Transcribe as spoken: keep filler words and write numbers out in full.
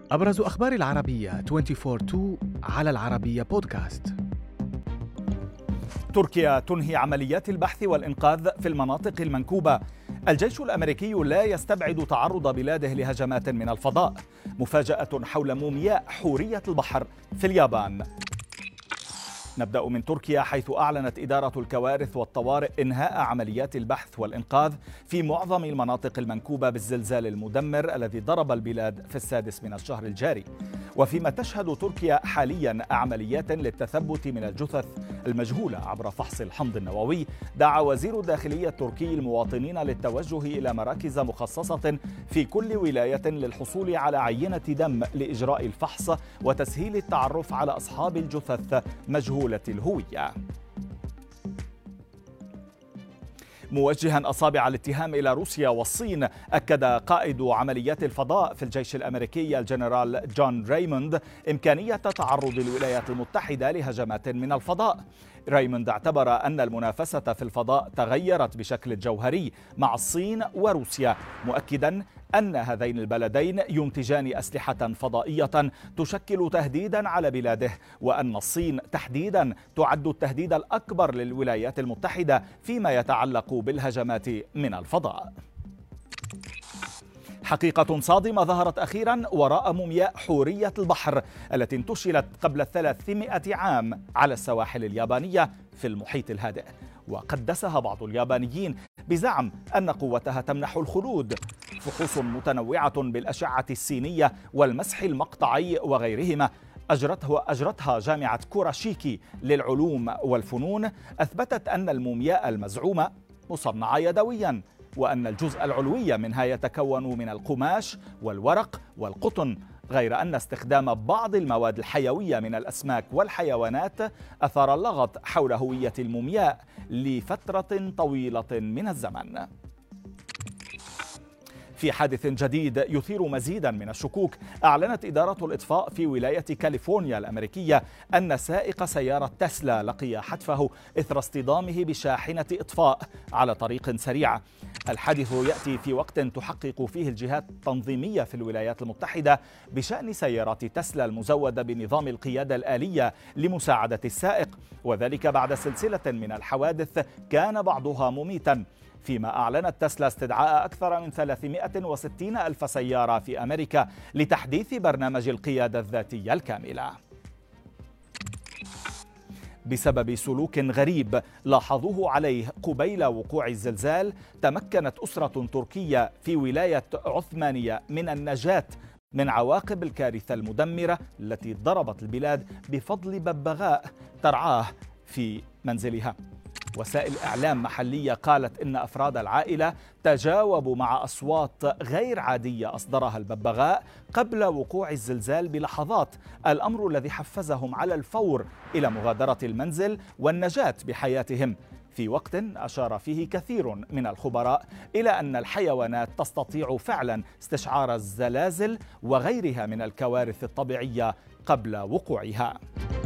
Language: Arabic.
أبرز أخبار العربية أربعة وعشرين اثنين على العربية بودكاست. تركيا تنهي عمليات البحث والإنقاذ في المناطق المنكوبة. الجيش الأمريكي لا يستبعد تعرض بلاده لهجمات من الفضاء. مفاجأة حول مومياء حورية البحر في اليابان. نبدأ من تركيا، حيث أعلنت إدارة الكوارث والطوارئ إنهاء عمليات البحث والإنقاذ في معظم المناطق المنكوبة بالزلزال المدمر الذي ضرب البلاد في السادس من الشهر الجاري. وفيما تشهد تركيا حاليا عمليات للتثبت من الجثث المجهولة عبر فحص الحمض النووي، دعا وزير الداخلية التركي المواطنين للتوجه إلى مراكز مخصصة في كل ولاية للحصول على عينة دم لإجراء الفحص وتسهيل التعرف على أصحاب الجثث مجهولة الهوية. موجها أصابع الاتهام إلى روسيا والصين، أكد قائد عمليات الفضاء في الجيش الأمريكي الجنرال جون ريموند إمكانية تعرض الولايات المتحدة لهجمات من الفضاء. ريموند اعتبر أن المنافسة في الفضاء تغيرت بشكل جوهري مع الصين وروسيا، مؤكدا أن هذين البلدين ينتجان أسلحة فضائية تشكل تهديدا على بلاده، وأن الصين تحديدا تعد التهديد الأكبر للولايات المتحدة فيما يتعلق بالهجمات من الفضاء. حقيقة صادمة ظهرت أخيرا وراء مومياء حورية البحر التي انتشلت قبل ثلاثمائة عام على السواحل اليابانية في المحيط الهادئ، وقدسها بعض اليابانيين بزعم أن قوتها تمنح الخلود. فحوص متنوعة بالأشعة السينية والمسح المقطعي وغيرهما أجرته أجرتها جامعة كوراشيكي للعلوم والفنون أثبتت أن المومياء المزعومة مصنعة يدويا، وأن الجزء العلوي منها يتكون من القماش والورق والقطن، غير أن استخدام بعض المواد الحيوية من الأسماك والحيوانات أثار اللغط حول هوية المومياء لفترة طويلة من الزمن. في حادث جديد يثير مزيدا من الشكوك، أعلنت إدارة الإطفاء في ولاية كاليفورنيا الأمريكية أن سائق سيارة تسلا لقي حتفه إثر اصطدامه بشاحنة إطفاء على طريق سريع. الحادث يأتي في وقت تحقق فيه الجهات التنظيمية في الولايات المتحدة بشأن سيارات تسلا المزودة بنظام القيادة الآلية لمساعدة السائق، وذلك بعد سلسلة من الحوادث كان بعضها مميتا. فيما أعلنت تسلا استدعاء أكثر من ثلاثمائة وستين ألف سيارة في أمريكا لتحديث برنامج القيادة الذاتية الكاملة. بسبب سلوك غريب لاحظوه عليه قبيل وقوع الزلزال، تمكنت أسرة تركية في ولاية عثمانية من النجاة من عواقب الكارثة المدمرة التي ضربت البلاد بفضل ببغاء ترعاه في منزلها. وسائل إعلام محلية قالت إن أفراد العائلة تجاوبوا مع أصوات غير عادية أصدرها الببغاء قبل وقوع الزلزال بلحظات، الأمر الذي حفزهم على الفور إلى مغادرة المنزل والنجاة بحياتهم، في وقت أشار فيه كثير من الخبراء إلى أن الحيوانات تستطيع فعلا استشعار الزلازل وغيرها من الكوارث الطبيعية قبل وقوعها.